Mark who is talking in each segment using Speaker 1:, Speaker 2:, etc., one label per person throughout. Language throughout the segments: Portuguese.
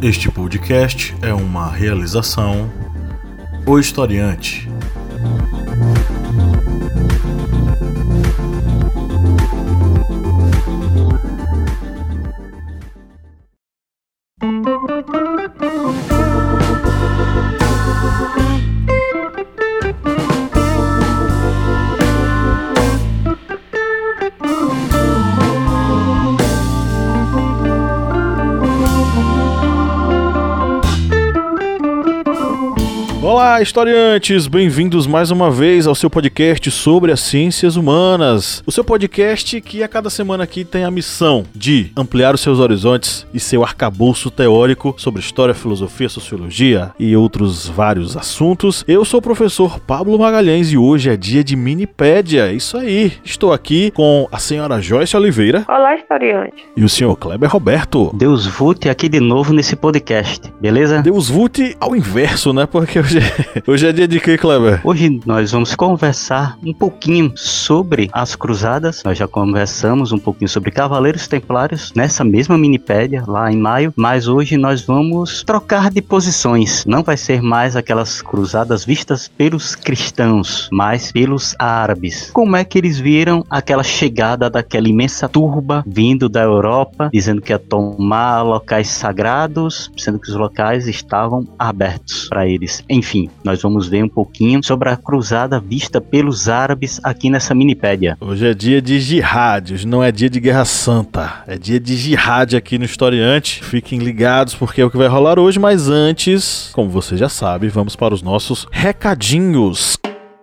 Speaker 1: Este podcast é uma realização O Historiante. Olá, historiantes! Bem-vindos mais uma vez ao seu podcast sobre as ciências humanas. O seu podcast que a cada semana aqui tem a missão de ampliar os seus horizontes e seu arcabouço teórico sobre história, filosofia, sociologia e outros vários assuntos. Eu sou o professor Pablo Magalhães e hoje é dia de Minipédia. Isso aí! Estou aqui com a senhora Joyce Oliveira.
Speaker 2: Olá, historiante!
Speaker 1: E o senhor Kleber Roberto.
Speaker 3: Deus Vult aqui de novo nesse podcast, beleza?
Speaker 1: Deus Vult ao inverso, né? Porque hoje é dia de quê, Kleber?
Speaker 3: Hoje nós vamos conversar um pouquinho sobre as cruzadas. Nós já conversamos um pouquinho sobre Cavaleiros Templários nessa mesma minipédia lá em maio, mas hoje nós vamos trocar de posições. Não vai ser mais aquelas cruzadas vistas pelos cristãos, mas pelos árabes. Como é que eles viram aquela chegada daquela imensa turba vindo da Europa, dizendo que ia tomar locais sagrados, sendo que os locais estavam abertos para eles. Enfim, nós vamos ver um pouquinho sobre a cruzada vista pelos árabes aqui nessa minipédia.
Speaker 1: Hoje é dia de jihad, hoje não é dia de guerra santa, é dia de jihad aqui no Historiante. Fiquem ligados porque é o que vai rolar hoje, mas antes, como você já sabe, vamos para os nossos recadinhos.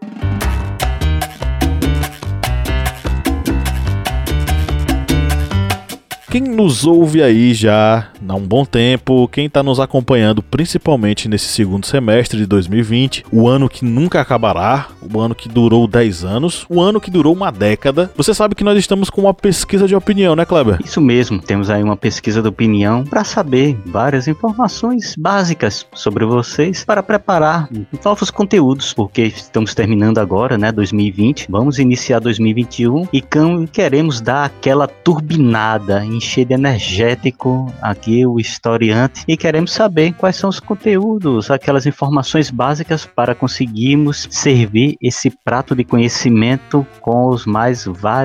Speaker 1: Quem nos ouve aí já há um bom tempo, quem está nos acompanhando principalmente nesse segundo semestre de 2020, o ano que nunca acabará, o ano que durou 10 anos, o ano que durou uma década, você sabe que nós estamos com uma pesquisa de opinião, né, Kleber?
Speaker 3: Isso mesmo, temos aí uma pesquisa de opinião para saber várias informações básicas sobre vocês para preparar novos conteúdos, porque estamos terminando agora, né, 2020, vamos iniciar 2021 e queremos dar aquela turbinada, encher de energético aqui o historiante e queremos saber quais são os conteúdos, aquelas informações básicas para conseguirmos servir esse prato de conhecimento com os mais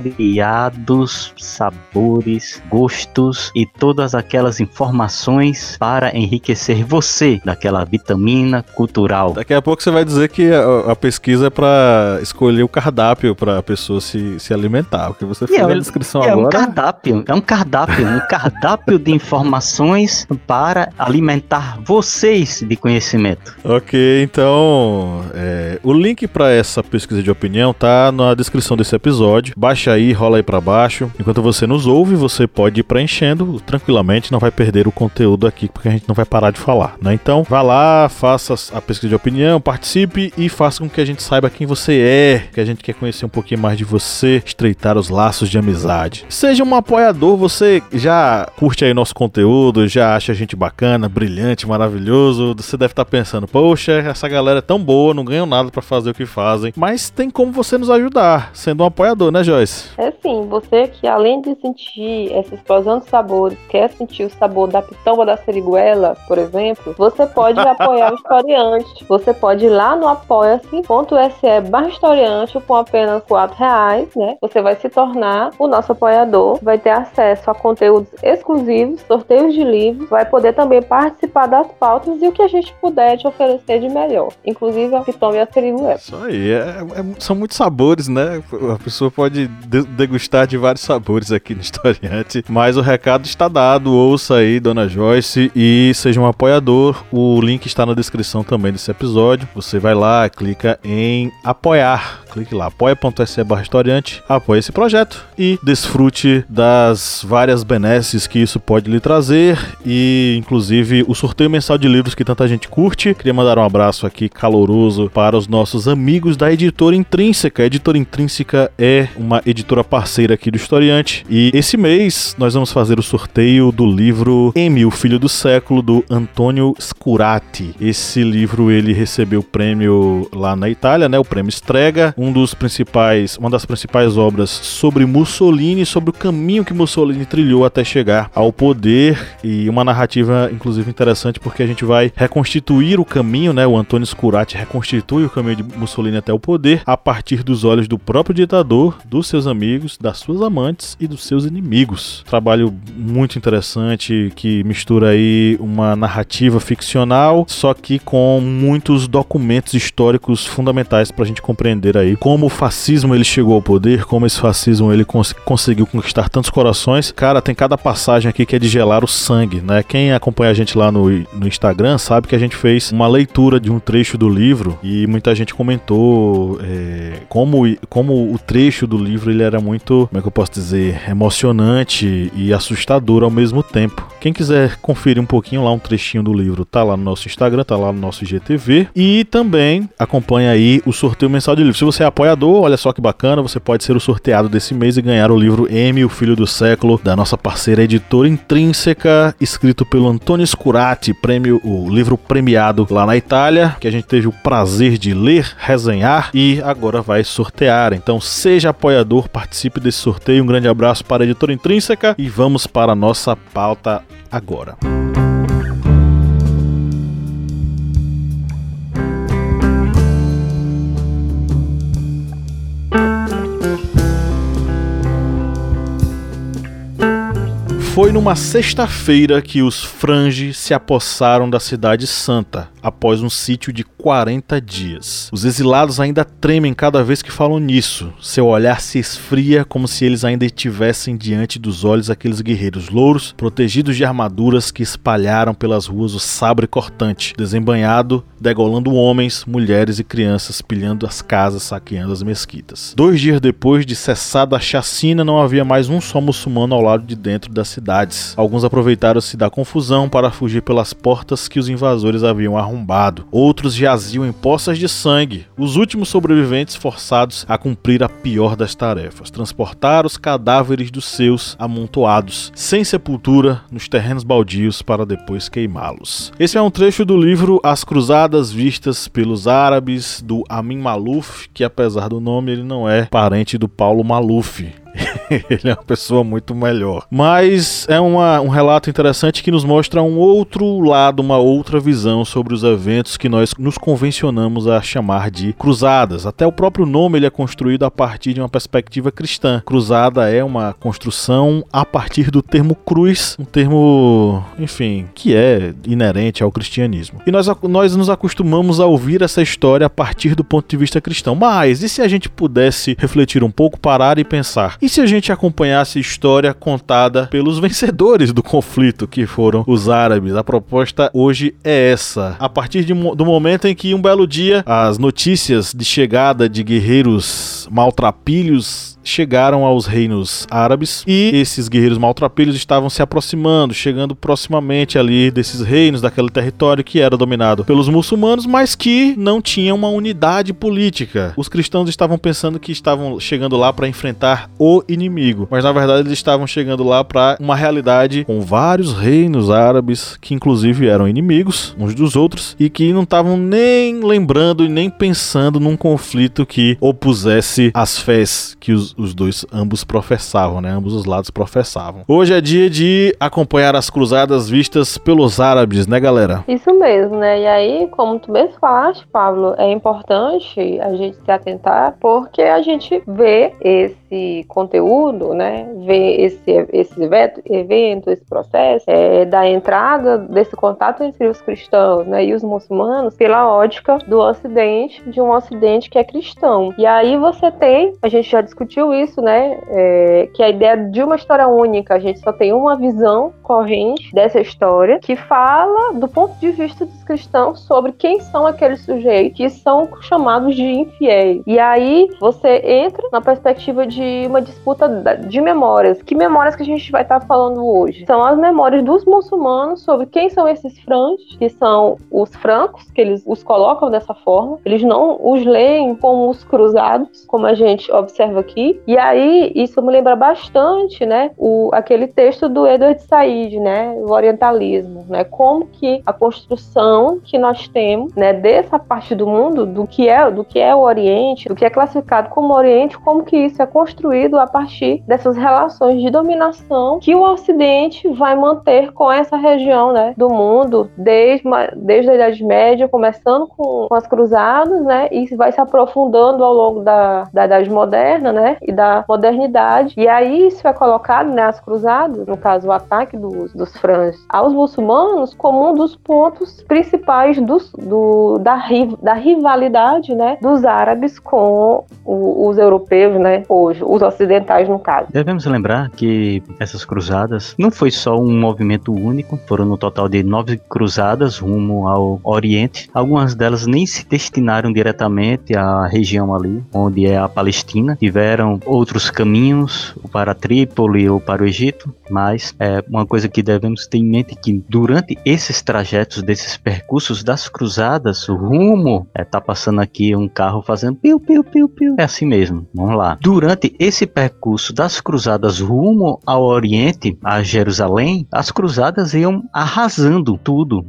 Speaker 3: variados sabores, gostos e todas aquelas informações para enriquecer você daquela vitamina cultural.
Speaker 1: Daqui a pouco você vai dizer que a pesquisa é para escolher o cardápio para a pessoa se alimentar, o que você fez na descrição agora.
Speaker 3: É um cardápio de informações para alimentar vocês de conhecimento.
Speaker 1: Ok, então o link para essa pesquisa de opinião tá na descrição desse episódio. Baixa aí, rola aí para baixo. Enquanto você nos ouve, você pode ir preenchendo tranquilamente, não vai perder o conteúdo aqui, porque a gente não vai parar de falar, né? Então, vá lá, faça a pesquisa de opinião, participe e faça com que a gente saiba quem você é, que a gente quer conhecer um pouquinho mais de você, estreitar os laços de amizade. Seja um apoiador, você já curte aí nosso conteúdo, já acha a gente bacana, brilhante, maravilhoso, você deve estar pensando, poxa, essa galera é tão boa, não ganham nada pra fazer o que fazem, mas tem como você nos ajudar, sendo um apoiador, né, Joyce?
Speaker 2: É sim, você que além de sentir essa explosão de sabores, quer sentir o sabor da pitomba da seriguela, por exemplo, você pode apoiar o historiante. Você pode ir lá no apoia-se.se/historiante com apenas R$4, né? Você vai se tornar o nosso apoiador, vai ter acesso a conteúdos exclusivos, sorteios de livros, vai poder também participar das pautas e o que a gente puder te oferecer de melhor, inclusive a pitomba e a seriguela.
Speaker 1: Isso aí, são muitos sabores, né? A pessoa pode degustar de vários sabores aqui no Historiante, mas o recado está dado, ouça aí, dona Joyce, e seja um apoiador. O link está na descrição também desse episódio. Você vai lá, clica em apoiar, clique lá, apoia.se/historiante, apoie esse projeto e desfrute das várias benesses que isso pode lhe trazer e, inclusive, o sorteio mensal de livros que tanta gente curte. Queria mandar um abraço aqui caloroso para os nossos amigos da Editora Intrínseca. A Editora Intrínseca é uma editora parceira aqui do Historiante e esse mês nós vamos fazer o sorteio do livro M, o Filho do Século, do Antonio Scurati. Esse livro, ele recebeu o prêmio lá na Itália, né? O prêmio Strega, uma das principais obras sobre Mussolini, sobre o caminho que Mussolini trilhou até chegar ao poder, e uma narrativa inclusive interessante porque a gente vai reconstituir o caminho, né? O Antônio Scurati reconstitui o caminho de Mussolini até o poder a partir dos olhos do próprio ditador, dos seus amigos, das suas amantes e dos seus inimigos. Trabalho muito interessante que mistura aí uma narrativa ficcional, só que com muitos documentos históricos fundamentais pra gente compreender aí como o fascismo ele chegou ao poder, como esse fascismo ele conseguiu conquistar tantos corações. Cara, tem cada passagem aqui que é de gelar o sangue, né? Quem acompanha a gente lá no Instagram sabe que a gente fez uma leitura de um trecho do livro e muita gente comentou como o trecho do livro ele era muito, como é que eu posso dizer, emocionante e assustador ao mesmo tempo. Quem quiser conferir um pouquinho lá, um trechinho do livro, tá lá no nosso Instagram, tá lá no nosso IGTV, e também acompanha aí o sorteio mensal de livro. Se você é apoiador, olha só que bacana, você pode ser o sorteado desse mês e ganhar o livro M, o Filho do Século, da nossa parceira editora Intrínseca, escrito pelo Antônio Scurati, o livro premiado lá na Itália, que a gente teve o prazer de ler, resenhar e agora vai sortear. Então seja apoiador, participe desse sorteio. Um grande abraço para a editora Intrínseca e vamos para a nossa pauta agora. Foi numa sexta-feira que os Frange se apossaram da Cidade Santa, após um sítio de 40 dias. Os exilados ainda tremem cada vez que falam nisso. Seu olhar se esfria como se eles ainda estivessem diante dos olhos daqueles guerreiros louros, protegidos de armaduras que espalharam pelas ruas o sabre cortante, desembainhado, degolando homens, mulheres e crianças, pilhando as casas, saqueando as mesquitas. 2 dias depois de cessada a chacina, não havia mais um só muçulmano ao lado de dentro das cidades. Alguns aproveitaram-se da confusão para fugir pelas portas que os invasores haviam arrombado. Outros jaziam em poças de sangue, os últimos sobreviventes forçados a cumprir a pior das tarefas: transportar os cadáveres dos seus amontoados, sem sepultura, nos terrenos baldios para depois queimá-los. Esse é um trecho do livro As Cruzadas Vistas pelos Árabes, do Amin Maalouf, que apesar do nome ele não é parente do Paulo Maluf. Ele é uma pessoa muito melhor. Mas é um relato interessante que nos mostra um outro lado, uma outra visão sobre os eventos que nós nos convencionamos a chamar de cruzadas. Até o próprio nome ele é construído a partir de uma perspectiva cristã. Cruzada é uma construção a partir do termo cruz, um termo, enfim, que é inerente ao cristianismo. E nós nos acostumamos a ouvir essa história a partir do ponto de vista cristão. Mas e se a gente pudesse refletir um pouco, parar e pensar? E se a gente acompanhasse a história contada pelos vencedores do conflito, que foram os árabes? A proposta hoje é essa. A partir do momento em que um belo dia as notícias de chegada de guerreiros maltrapilhos chegaram aos reinos árabes e esses guerreiros maltrapilhos estavam se aproximando, chegando proximamente ali desses reinos, daquele território que era dominado pelos muçulmanos, mas que não tinha uma unidade política. Os cristãos estavam pensando que estavam chegando lá para enfrentar o inimigo, mas na verdade eles estavam chegando lá para uma realidade com vários reinos árabes que inclusive eram inimigos uns dos outros e que não estavam nem lembrando e nem pensando num conflito que opusesse as fés que os ambos professavam, né? Ambos os lados professavam. Hoje é dia de acompanhar as cruzadas vistas pelos árabes, né, galera?
Speaker 2: Isso mesmo, né? E aí, como tu mesmo falaste, Pablo, é importante a gente se atentar porque a gente vê esse conteúdo, né? Vê esse evento, esse processo da entrada desse contato entre os cristãos, né, e os muçulmanos pela ótica do Ocidente, de um Ocidente que é cristão. E aí você tem, a gente já discutiu isso, né? Que a ideia de uma história única, a gente só tem uma visão corrente dessa história que fala do ponto de vista dos cristãos sobre quem são aqueles sujeitos que são chamados de infiéis. E aí você entra na perspectiva de uma disputa de memórias. Que memórias que a gente vai estar falando hoje? São as memórias dos muçulmanos sobre quem são esses franges, que são os francos, que eles os colocam dessa forma. Eles não os leem como os cruzados, como a gente observa aqui. E aí, isso me lembra bastante, né, aquele texto do Edward Said, origem, né, o orientalismo, né, como que a construção que nós temos, né, dessa parte do mundo, do que é o Oriente, do que é classificado como Oriente, como que isso é construído a partir dessas relações de dominação que o Ocidente vai manter com essa região, né, do mundo, desde a Idade Média, começando com as cruzadas, né, e vai se aprofundando ao longo da Idade Moderna, né, e da modernidade. E aí isso é colocado, né, as cruzadas, no caso o ataque dos franges aos muçulmanos, como um dos pontos principais da rivalidade, né, dos árabes com os europeus, né, hoje, os ocidentais no caso.
Speaker 3: Devemos lembrar que essas cruzadas não foi só um movimento único, foram no total de 9 cruzadas rumo ao Oriente. Algumas delas nem se destinaram diretamente à região ali, onde é a Palestina. Tiveram outros caminhos, para Trípoli ou para o Egito, mas é uma coisa que devemos ter em mente que durante esses trajetos, desses percursos das cruzadas, o rumo, tá passando aqui um carro fazendo piu, piu, piu, piu, é assim mesmo, vamos lá. Durante esse percurso das cruzadas rumo ao Oriente, a Jerusalém, as cruzadas iam arrasando tudo.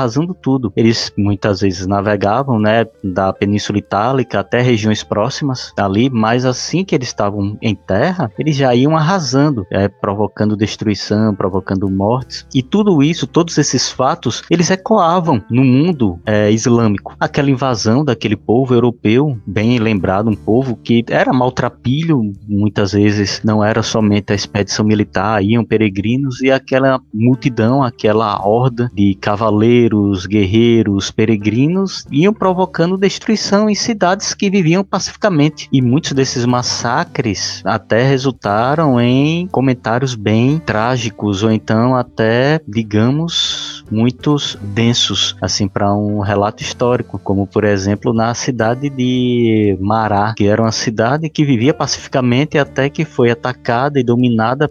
Speaker 3: Eles muitas vezes navegavam, né, da Península Itálica até regiões próximas dali, mas assim que eles estavam em terra, eles já iam arrasando, provocando destruição, provocando mortes, e tudo isso, todos esses fatos, eles ecoavam no mundo islâmico. Aquela invasão daquele povo europeu, bem lembrado, um povo que era maltrapilho, muitas vezes não era somente a expedição militar, iam peregrinos, e aquela multidão, aquela horda de cavaleiros, guerreiros, peregrinos, iam provocando destruição em cidades que viviam pacificamente, e muitos desses massacres até resultaram em comentários bem trágicos, ou então até, digamos, muitos densos, assim, para um relato histórico, como por exemplo na cidade de Mará, que era uma cidade que vivia pacificamente até que foi atacada e dominada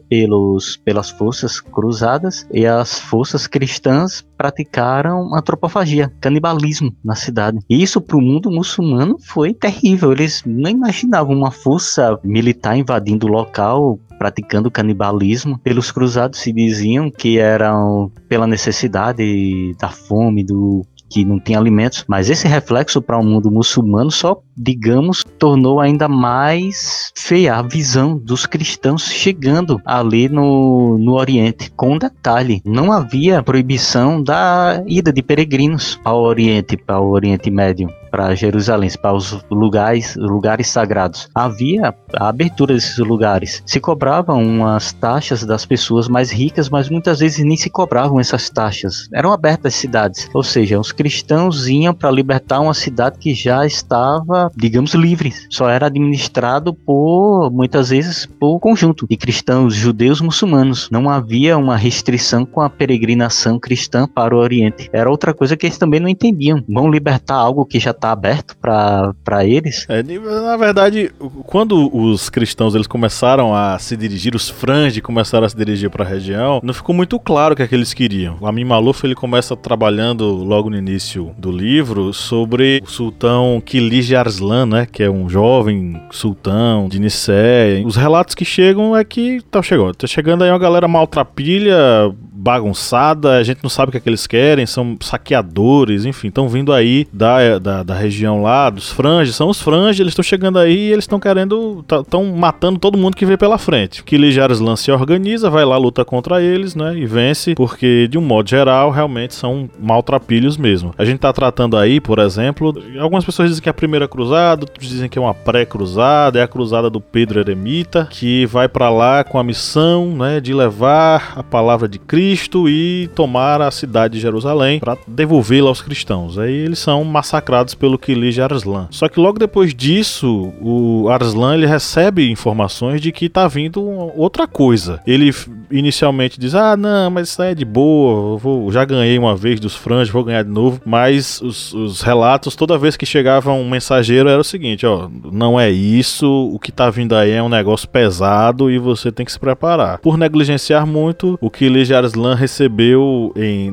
Speaker 3: pelas forças cruzadas, e as forças cristãs praticaram antropofagia, canibalismo na cidade. E isso para o mundo muçulmano foi terrível. Eles não imaginavam uma força militar invadindo o local, praticando canibalismo. Pelos cruzados se diziam que eram pela necessidade da fome, que não tinha alimentos, mas esse reflexo para o mundo muçulmano só, digamos, tornou ainda mais feia a visão dos cristãos chegando ali no Oriente. Com um detalhe, não havia proibição da ida de peregrinos ao Oriente, para o Oriente Médio, para Jerusalém, para os lugares sagrados. Havia a abertura desses lugares. Se cobravam umas taxas das pessoas mais ricas, mas muitas vezes nem se cobravam essas taxas. Eram abertas as cidades, ou seja, os cristãos iam para libertar uma cidade que já estava, digamos, livre. Só era administrado muitas vezes, por conjunto de cristãos, judeus, muçulmanos. Não havia uma restrição com a peregrinação cristã para o Oriente. Era outra coisa que eles também não entendiam. Vão libertar algo que já está aberto para eles?
Speaker 1: Na verdade, quando os cristãos eles começaram a se dirigir, os franges começaram a se dirigir para a região, não ficou muito claro o que é que eles queriam. O Amin Maalouf ele começa trabalhando logo no início do livro sobre o sultão Kilij Arslan, né, que é um jovem sultão de Nicéia. Os relatos que chegam é que tá chegando aí uma galera maltrapilha, bagunçada, a gente não sabe o que é que eles querem, são saqueadores, enfim, estão vindo aí da região lá, dos franges, são os franges, eles estão chegando aí e eles estão querendo, estão matando todo mundo que vê pela frente. Kilij Arslan se organiza, vai lá, luta contra eles, né, e vence, porque de um modo geral, realmente são maltrapilhos mesmo. A gente tá tratando aí, por exemplo, algumas pessoas dizem que é a primeira cruzada, outros dizem que é uma pré-cruzada, é a cruzada do Pedro Eremita, que vai pra lá com a missão, né, de levar a palavra de Cristo e tomar a cidade de Jerusalém para devolvê-la aos cristãos. Aí eles são massacrados pelo Kilij Arslan. Só que logo depois disso, o Arslan ele recebe informações de que tá vindo outra coisa. Ele inicialmente diz, não, mas isso aí é de boa, já ganhei uma vez dos franges, vou ganhar de novo. Mas os relatos, toda vez que chegava um mensageiro, era o seguinte, não é isso, o que tá vindo aí é um negócio pesado e você tem que se preparar. Por negligenciar muito, o Kilij Arslan recebeu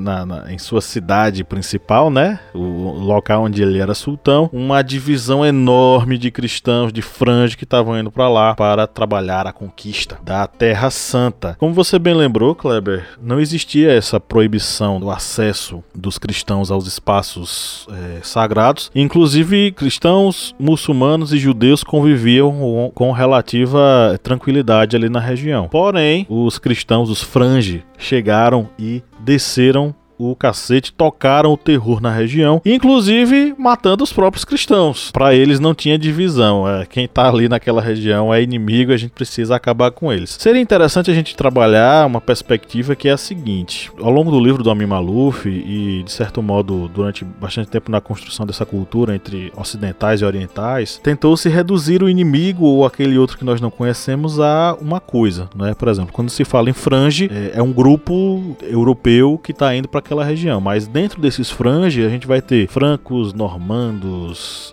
Speaker 1: em sua cidade principal, né, o local onde ele era sultão, uma divisão enorme de cristãos, de franges que estavam indo para lá para trabalhar a conquista da Terra Santa. Como você bem lembrou, Kleber, não existia essa proibição do acesso dos cristãos aos espaços sagrados. Inclusive, cristãos, muçulmanos e judeus conviviam com relativa tranquilidade ali na região. Porém, os cristãos, os frange, chegaram e desceram o cacete, tocaram o terror na região, inclusive matando os próprios cristãos. Para eles não tinha divisão, quem tá ali naquela região é inimigo, a gente precisa acabar com eles. Seria interessante a gente trabalhar uma perspectiva que é a seguinte: ao longo do livro do Amin Maalouf e de certo modo durante bastante tempo na construção dessa cultura entre ocidentais e orientais, tentou-se reduzir o inimigo ou aquele outro que nós não conhecemos a uma coisa, né? Por exemplo, quando se fala em frange, é um grupo europeu que está indo para aquela região, mas dentro desses frange a gente vai ter francos, normandos,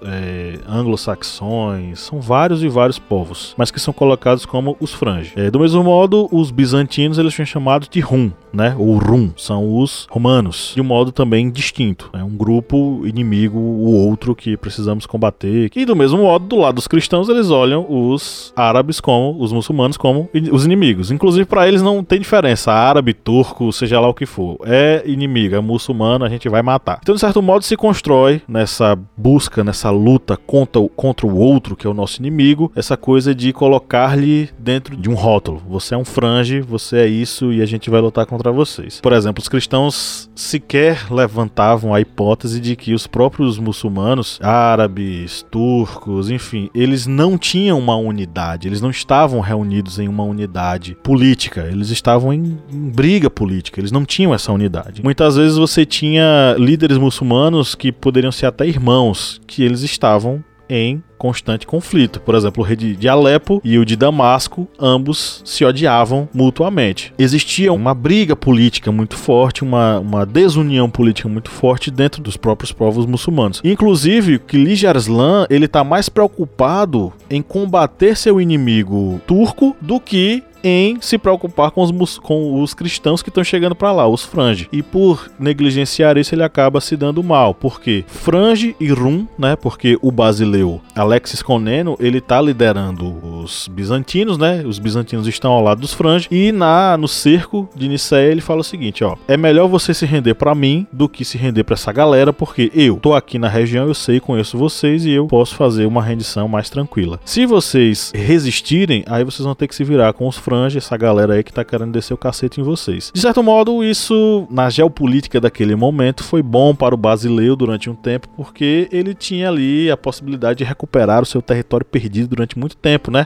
Speaker 1: anglo-saxões, são vários e vários povos, mas que são colocados como os frange. Do mesmo modo, os bizantinos eles são chamados de rum, né, ou rum, são os romanos, de um modo também distinto, um grupo inimigo, o outro que precisamos combater. E do mesmo modo, do lado dos cristãos, eles olham os árabes como, os muçulmanos como os inimigos, inclusive para eles não tem diferença, árabe, turco, seja lá o que for, inimigo, é muçulmano, a gente vai matar. Então, de certo modo, se constrói nessa busca, nessa luta contra o outro, que é o nosso inimigo, essa coisa de colocar-lhe dentro de um rótulo. Você é um frange, você é isso e a gente vai lutar contra vocês. Por exemplo, os cristãos sequer levantavam a hipótese de que os próprios muçulmanos, árabes, turcos, enfim, eles não tinham uma unidade, eles não estavam reunidos em uma unidade política, eles estavam em briga política, eles não tinham essa unidade. Muitas vezes você tinha líderes muçulmanos que poderiam ser até irmãos, que eles estavam em constante conflito. Por exemplo, o rei de Alepo e o de Damasco, ambos se odiavam mutuamente. Existia uma briga política muito forte, uma desunião política muito forte dentro dos próprios povos muçulmanos. Inclusive, que Kilij Arslan, ele está mais preocupado em combater seu inimigo turco do que em se preocupar com os cristãos que estão chegando para lá, os frange. E por negligenciar isso, ele acaba se dando mal. Porque frange e rum, né? Porque o basileu Alexis Comneno, ele tá liderando os bizantinos, né? Os bizantinos estão ao lado dos frange. E no cerco de Nicéia, ele fala o seguinte, ó: é melhor você se render para mim do que se render para essa galera, porque eu tô aqui na região, eu sei, conheço vocês e eu posso fazer uma rendição mais tranquila. Se vocês resistirem, aí vocês vão ter que se virar com os frange, essa galera aí que tá querendo descer o cacete em vocês. De certo modo, isso na geopolítica daquele momento foi bom para o basileu durante um tempo, porque ele tinha ali a possibilidade de recuperar o seu território perdido durante muito tempo, né?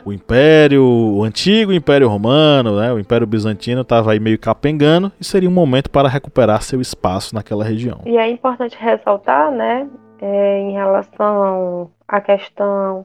Speaker 1: O antigo Império Romano, né? O Império Bizantino estava aí meio capengando e seria um momento para recuperar seu espaço naquela região.
Speaker 2: E é importante ressaltar, né, em relação a questão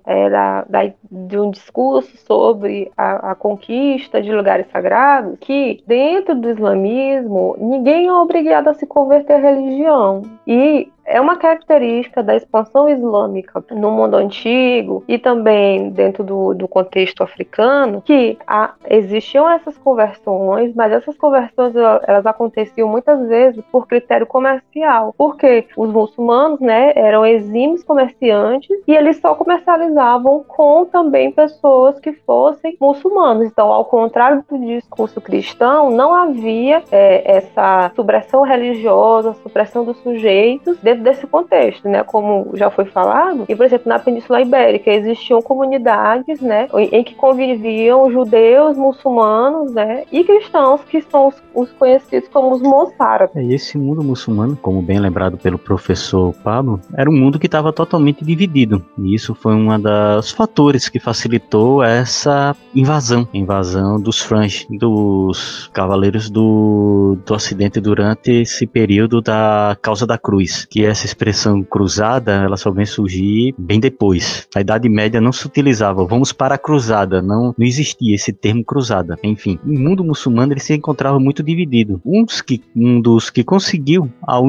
Speaker 2: de um discurso sobre a conquista de lugares sagrados, que dentro do islamismo ninguém é obrigado a se converter à religião. E é uma característica da expansão islâmica no mundo antigo e também dentro do contexto africano que existiam essas conversões, mas essas conversões elas aconteciam muitas vezes por critério comercial, porque os muçulmanos, né, eram exímios comerciantes e eles só comercializavam com também pessoas que fossem muçulmanos. Então, ao contrário do discurso cristão, não havia essa supressão religiosa, supressão dos sujeitos dentro desse contexto, né? Como já foi falado, e por exemplo, na Península Ibérica existiam comunidades, né, em que conviviam judeus, muçulmanos, né, e cristãos, que são os conhecidos como os moçárabes.
Speaker 3: E esse mundo muçulmano, como bem lembrado pelo professor Pablo, era um mundo que estava totalmente dividido. E isso foi um dos fatores que facilitou essa invasão dos frange, dos cavaleiros do Ocidente durante esse período da causa da cruz, que essa expressão cruzada, ela só vem surgir bem depois. Na Idade Média não se utilizava, vamos para a cruzada, não existia esse termo cruzada. Enfim, o mundo muçulmano ele se encontrava muito dividido. Um dos que conseguiu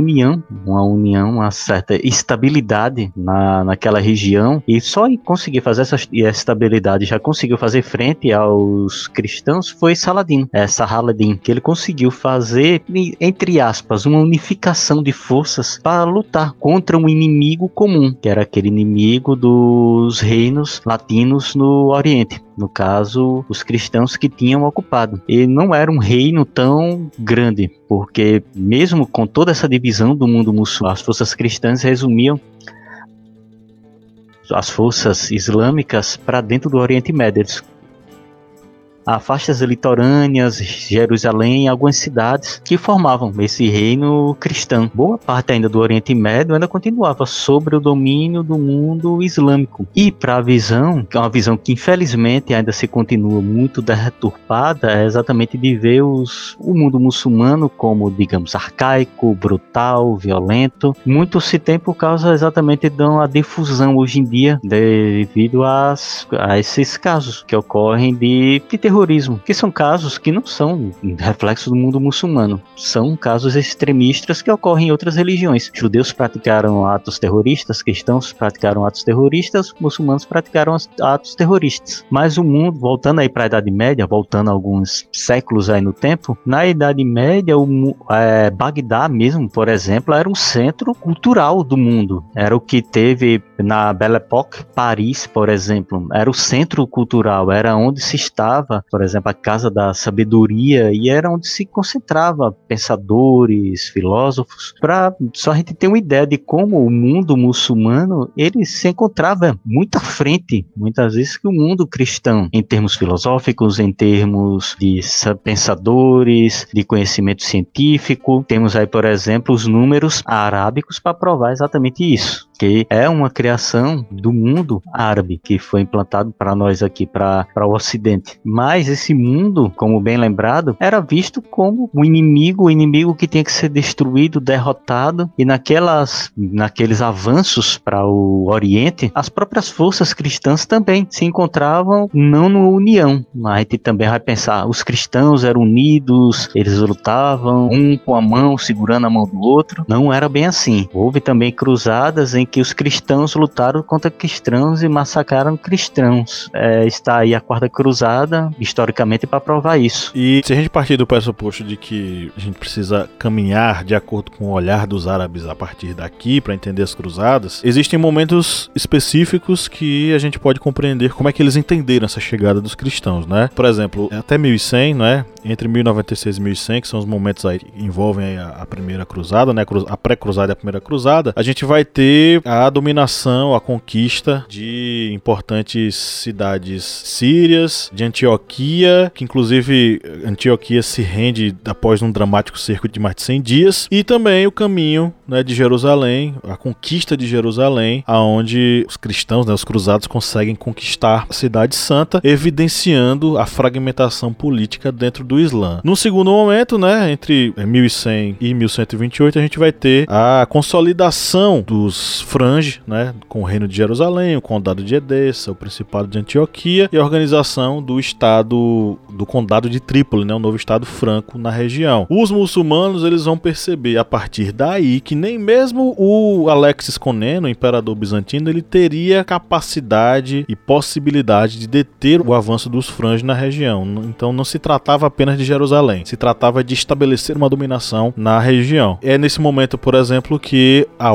Speaker 3: uma certa estabilidade naquela região, e só em conseguir fazer essa estabilidade, já conseguiu fazer frente aos cristãos, foi Saladin, que ele conseguiu fazer, entre aspas, uma unificação de forças para lutar lutar contra um inimigo comum, que era aquele inimigo dos reinos latinos no Oriente. No caso, os cristãos que tinham ocupado. E não era um reino tão grande, porque mesmo com toda essa divisão do mundo muçulmano, as forças cristãs resumiam as forças islâmicas para dentro do Oriente Médio. Eles a faixas litorâneas, Jerusalém, algumas cidades que formavam esse reino cristão. Boa parte ainda do Oriente Médio ainda continuava sob o domínio do mundo islâmico. E para a visão, que é uma visão que infelizmente ainda se continua muito deturpada, é exatamente de ver o mundo muçulmano como, digamos, arcaico, brutal, violento. Muito se tem por causa exatamente da difusão hoje em dia devido a esses casos que ocorrem de terrorismo, que são casos que não são reflexos do mundo muçulmano, são casos extremistas que ocorrem em outras religiões. Judeus praticaram atos terroristas, cristãos praticaram atos terroristas, muçulmanos praticaram atos terroristas. Mas o mundo, voltando aí para a Idade Média, voltando alguns séculos aí no tempo, na Idade Média, Bagdá mesmo, por exemplo, era um centro cultural do mundo. Era o que teve na Belle Époque, Paris, por exemplo, era o centro cultural, era onde se estava, por exemplo, a Casa da Sabedoria, e era onde se concentrava pensadores, filósofos, para só a gente ter uma ideia de como o mundo muçulmano ele se encontrava muito à frente, muitas vezes, que o mundo cristão, em termos filosóficos, em termos de pensadores, de conhecimento científico. Temos aí, por exemplo, os números arábicos para provar exatamente isso, que é uma criação do mundo árabe que foi implantado para nós aqui, para o Ocidente. Mas esse mundo, como bem lembrado, era visto como o inimigo que tinha que ser destruído, derrotado, e naqueles avanços para o Oriente, as próprias forças cristãs também se encontravam não numa união. A gente também vai pensar, os cristãos eram unidos, eles lutavam um com a mão, segurando a mão do outro. Não era bem assim. Houve também cruzadas em que os cristãos lutaram contra cristãos e massacraram cristãos. Está aí a Quarta Cruzada, historicamente, para provar isso.
Speaker 1: E se a gente partir do pressuposto de que a gente precisa caminhar de acordo com o olhar dos árabes a partir daqui para entender as cruzadas, existem momentos específicos que a gente pode compreender como é que eles entenderam essa chegada dos cristãos, né? Por exemplo, até 1100, né? Entre 1096 e 1100, que são os momentos aí que envolvem aí a primeira cruzada, né? A pré-cruzada e a primeira cruzada, a gente vai ter a dominação, a conquista de importantes cidades sírias, de Antioquia, que inclusive Antioquia se rende após um dramático cerco de mais de 100 dias, e também o caminho, né, de Jerusalém, a conquista de Jerusalém, aonde os cristãos, né, os cruzados, conseguem conquistar a cidade santa, evidenciando a fragmentação política dentro do Islã. No segundo momento, né, entre 1100 e 1128, a gente vai ter a consolidação dos Frange, né, com o reino de Jerusalém, o condado de Edessa, o principado de Antioquia, e a organização do estado do condado de Trípoli, né, o novo estado franco na região. Os muçulmanos, eles vão perceber a partir daí que nem mesmo o Alexis Comneno, o imperador bizantino, ele teria capacidade e possibilidade de deter o avanço dos Frange na região. Então não se tratava apenas de Jerusalém, se tratava de estabelecer uma dominação na região. É nesse momento, por exemplo, que a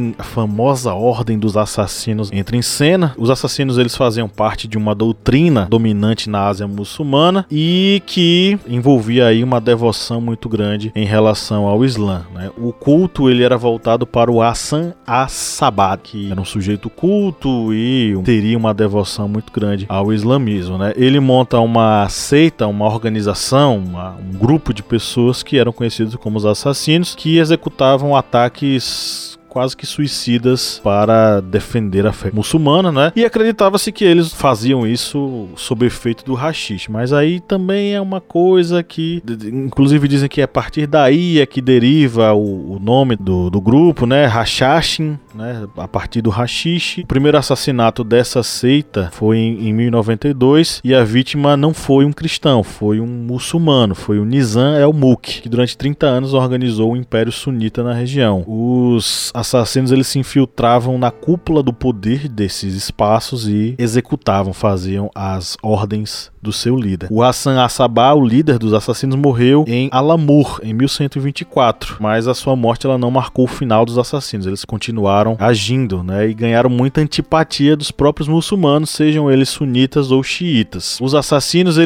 Speaker 1: famosa ordem dos assassinos entra em cena. Os assassinos, eles faziam parte de uma doutrina dominante na Ásia muçulmana e que envolvia aí uma devoção muito grande em relação ao Islã, né? O culto, ele era voltado para o Hassan as-Sabah, que era um sujeito culto e teria uma devoção muito grande ao islamismo, né? Ele monta uma seita, uma organização, um grupo de pessoas que eram conhecidos como os assassinos, que executavam ataques quase que suicidas para defender a fé muçulmana, né? E acreditava-se que eles faziam isso sob efeito do haxixe, mas aí também é uma coisa que, inclusive dizem que a partir daí é que deriva o nome do grupo, né? Hashashin, né? A partir do haxixe. O primeiro assassinato dessa seita foi em 1092 e a vítima não foi um cristão, foi um muçulmano, foi o Nizam el-Mulk, que durante 30 anos organizou o Império Sunita na região. Os assassinos eles se infiltravam na cúpula do poder desses espaços e executavam, faziam as ordens do seu líder. O Hassan Assabah, o líder dos assassinos, morreu em Alamur em 1124, mas a sua morte ela não marcou o final dos assassinos. Eles continuaram agindo, né, e ganharam muita antipatia dos próprios muçulmanos, sejam eles sunitas ou xiitas. Os assassinos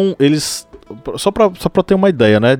Speaker 1: só pra ter uma ideia, né?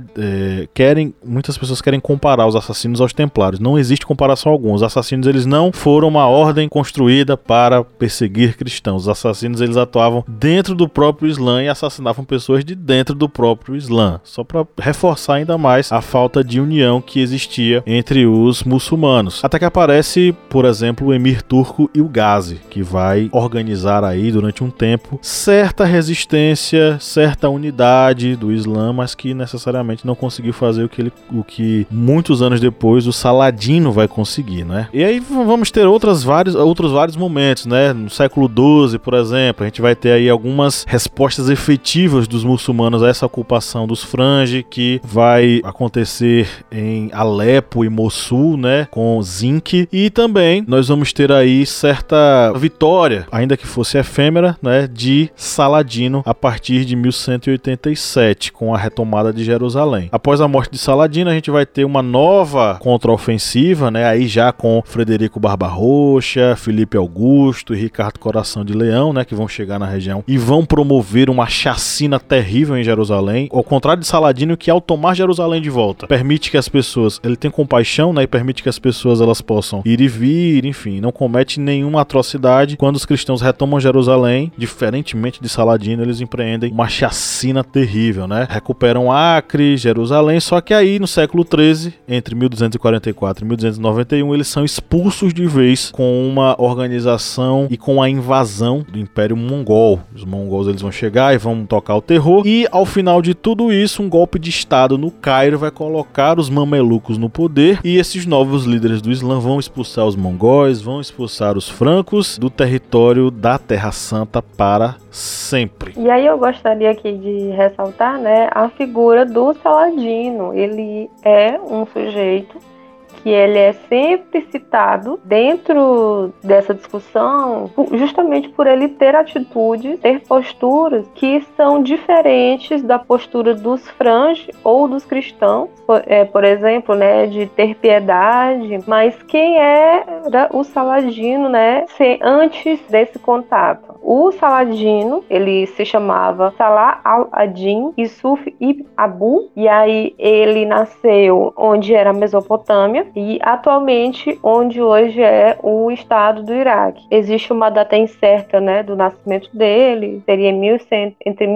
Speaker 1: Muitas pessoas querem comparar os assassinos aos templários. Não existe comparação alguma. Os assassinos eles não foram uma ordem construída para perseguir cristãos. Os assassinos eles atuavam dentro do próprio Islã e assassinavam pessoas de dentro do próprio Islã. Só para reforçar ainda mais a falta de união que existia entre os muçulmanos. Até que aparece, por exemplo, o emir turco Ilgazi, que vai organizar aí durante um tempo certa resistência, certa unidade do Islã, mas que necessariamente não conseguiu fazer o que muitos anos depois o Saladino vai conseguir, né? E aí vamos ter outros vários momentos, né? No século XII, por exemplo, a gente vai ter aí algumas respostas efetivas dos muçulmanos a essa ocupação dos Frange, que vai acontecer em Alepo e Mossul, né? Com Zinc, e também nós vamos ter aí certa vitória, ainda que fosse efêmera, né? De Saladino a partir de 1187, com a retomada de Jerusalém. Após a morte de Saladino, a gente vai ter uma nova contraofensiva, né? Aí já com Frederico Barbarroxa, Felipe Augusto e Ricardo Coração de Leão, né? Que vão chegar na região e vão promover uma chacina terrível em Jerusalém. Ao contrário de Saladino, que ao tomar Jerusalém de volta, permite que as pessoas, ele tem compaixão, né? E permite que as pessoas elas possam ir e vir, enfim, não comete nenhuma atrocidade. Quando os cristãos retomam Jerusalém, diferentemente de Saladino, eles empreendem uma chacina terrível, né? Recuperam Acre, Jerusalém, só que aí no século XIII, entre 1244 e 1291, eles são expulsos de vez com uma organização e com a invasão do Império Mongol. Os mongols eles vão chegar e vão tocar o terror, e ao final de tudo isso, um golpe de estado no Cairo vai colocar os mamelucos no poder, e esses novos líderes do Islã vão expulsar os mongóis, vão expulsar os francos do território da Terra Santa para sempre.
Speaker 2: E aí eu gostaria aqui de ressaltar, né, a figura do Saladino. Ele é um sujeito que ele é sempre citado dentro dessa discussão justamente por ele ter atitudes, ter posturas que são diferentes da postura dos Frange ou dos cristãos, por exemplo, né, de ter piedade, mas quem era o Saladino, né, antes desse contato? O Saladino, ele se chamava Salah al-Adin Yusuf ibn Abu, e aí ele nasceu onde era a Mesopotâmia, e atualmente onde hoje é o estado do Iraque. Existe uma data incerta, né, do nascimento dele, seria entre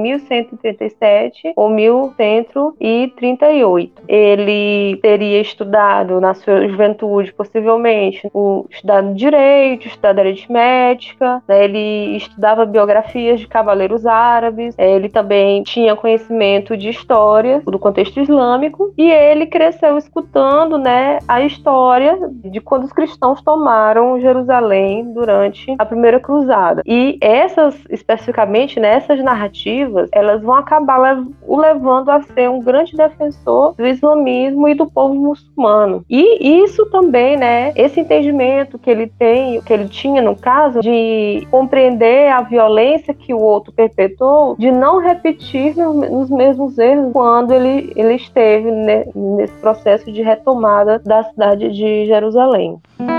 Speaker 2: 1137 ou 1138. Ele teria estudado na sua juventude, possivelmente, estudado direito, estudado aritmética, né, ele estudava biografias de cavaleiros árabes, ele também tinha conhecimento de história do contexto islâmico, e ele cresceu escutando, né, a história de quando os cristãos tomaram Jerusalém durante a primeira cruzada. E especificamente, essas narrativas, elas vão acabar o levando a ser um grande defensor do islamismo e do povo muçulmano. E isso também, né, esse entendimento que ele tinha no caso, de compreender a violência que o outro perpetrou, de não repetir nos mesmos erros quando ele esteve nesse processo de retomada da cidade de Jerusalém.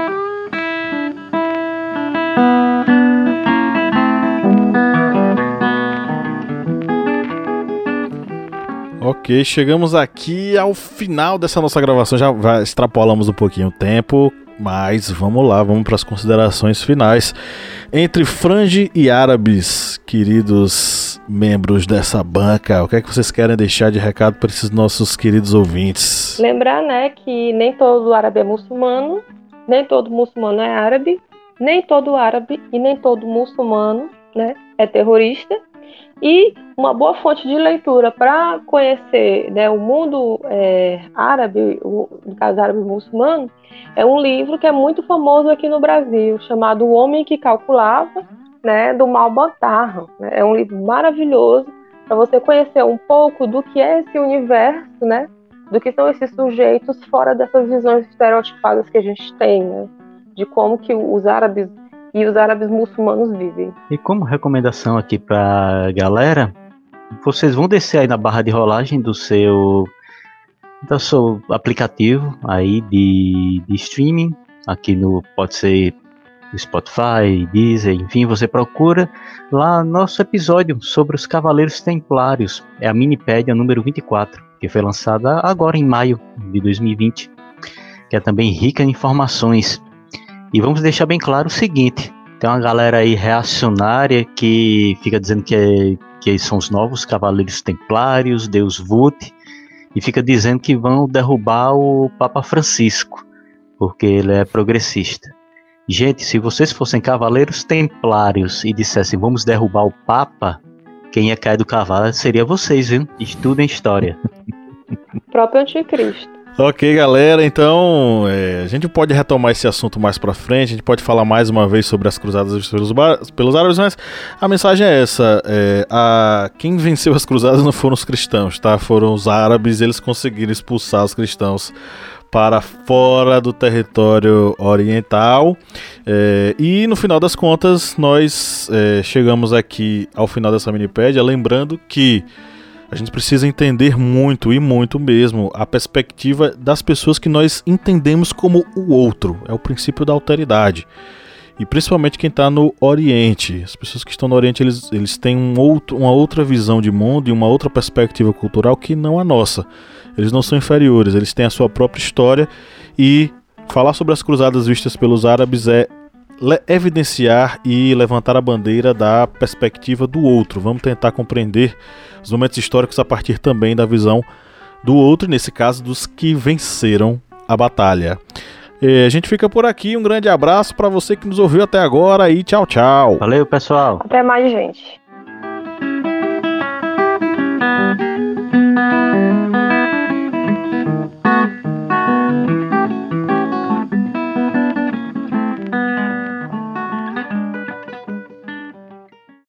Speaker 1: Ok, chegamos aqui ao final dessa nossa gravação, já extrapolamos um pouquinho o tempo, mas vamos lá, vamos para as considerações finais. Entre Frange e árabes, queridos membros dessa banca, o que é que vocês querem deixar de recado para esses nossos queridos ouvintes?
Speaker 2: Lembrar, né, que nem todo árabe é muçulmano, nem todo muçulmano é árabe, nem todo árabe e nem todo muçulmano, né, é terrorista. E uma boa fonte de leitura para conhecer, né, o mundo árabe, no caso árabe muçulmano, é um livro que é muito famoso aqui no Brasil, chamado O Homem que Calculava, né, do Malbantarra. É um livro maravilhoso para você conhecer um pouco do que é esse universo, né, do que são esses sujeitos fora dessas visões estereotipadas que a gente tem, né? De como que os árabes e os árabes muçulmanos vivem.
Speaker 3: E como recomendação aqui pra galera, vocês vão descer aí na barra de rolagem do seu aplicativo aí de streaming, aqui pode ser Spotify, Deezer, enfim, você procura lá nosso episódio sobre os Cavaleiros Templários, é a minipédia número 24, que foi lançada agora em maio de 2020, que é também rica em informações. E vamos deixar bem claro o seguinte, tem uma galera aí reacionária que fica dizendo que são os novos Cavaleiros Templários, Deus Vult, e fica dizendo que vão derrubar o Papa Francisco, porque ele é progressista. Gente, se vocês fossem Cavaleiros Templários e dissessem vamos derrubar o Papa, quem ia cair do cavalo seria vocês, viu? Estudem história.
Speaker 2: O próprio anticristo.
Speaker 1: Ok, galera, então a gente pode retomar esse assunto mais pra frente, a gente pode falar mais uma vez sobre as cruzadas pelos árabes, mas a mensagem é essa, quem venceu as cruzadas não foram os cristãos, tá? Foram os árabes, eles conseguiram expulsar os cristãos para fora do território oriental, e no final das contas nós chegamos aqui ao final dessa minipédia, lembrando que a gente precisa entender muito, e muito mesmo, a perspectiva das pessoas que nós entendemos como o outro. É o princípio da alteridade. E principalmente quem está no Oriente. As pessoas que estão no Oriente, eles têm uma outra visão de mundo e uma outra perspectiva cultural que não a nossa. Eles não são inferiores, eles têm a sua própria história. E falar sobre as cruzadas vistas pelos árabes é evidenciar e levantar a bandeira da perspectiva do outro. Vamos tentar compreender os momentos históricos a partir também da visão do outro, nesse caso dos que venceram a batalha. A gente fica por aqui, um grande abraço para você que nos ouviu até agora e tchau, tchau.
Speaker 3: Valeu, pessoal.
Speaker 2: Até mais, gente.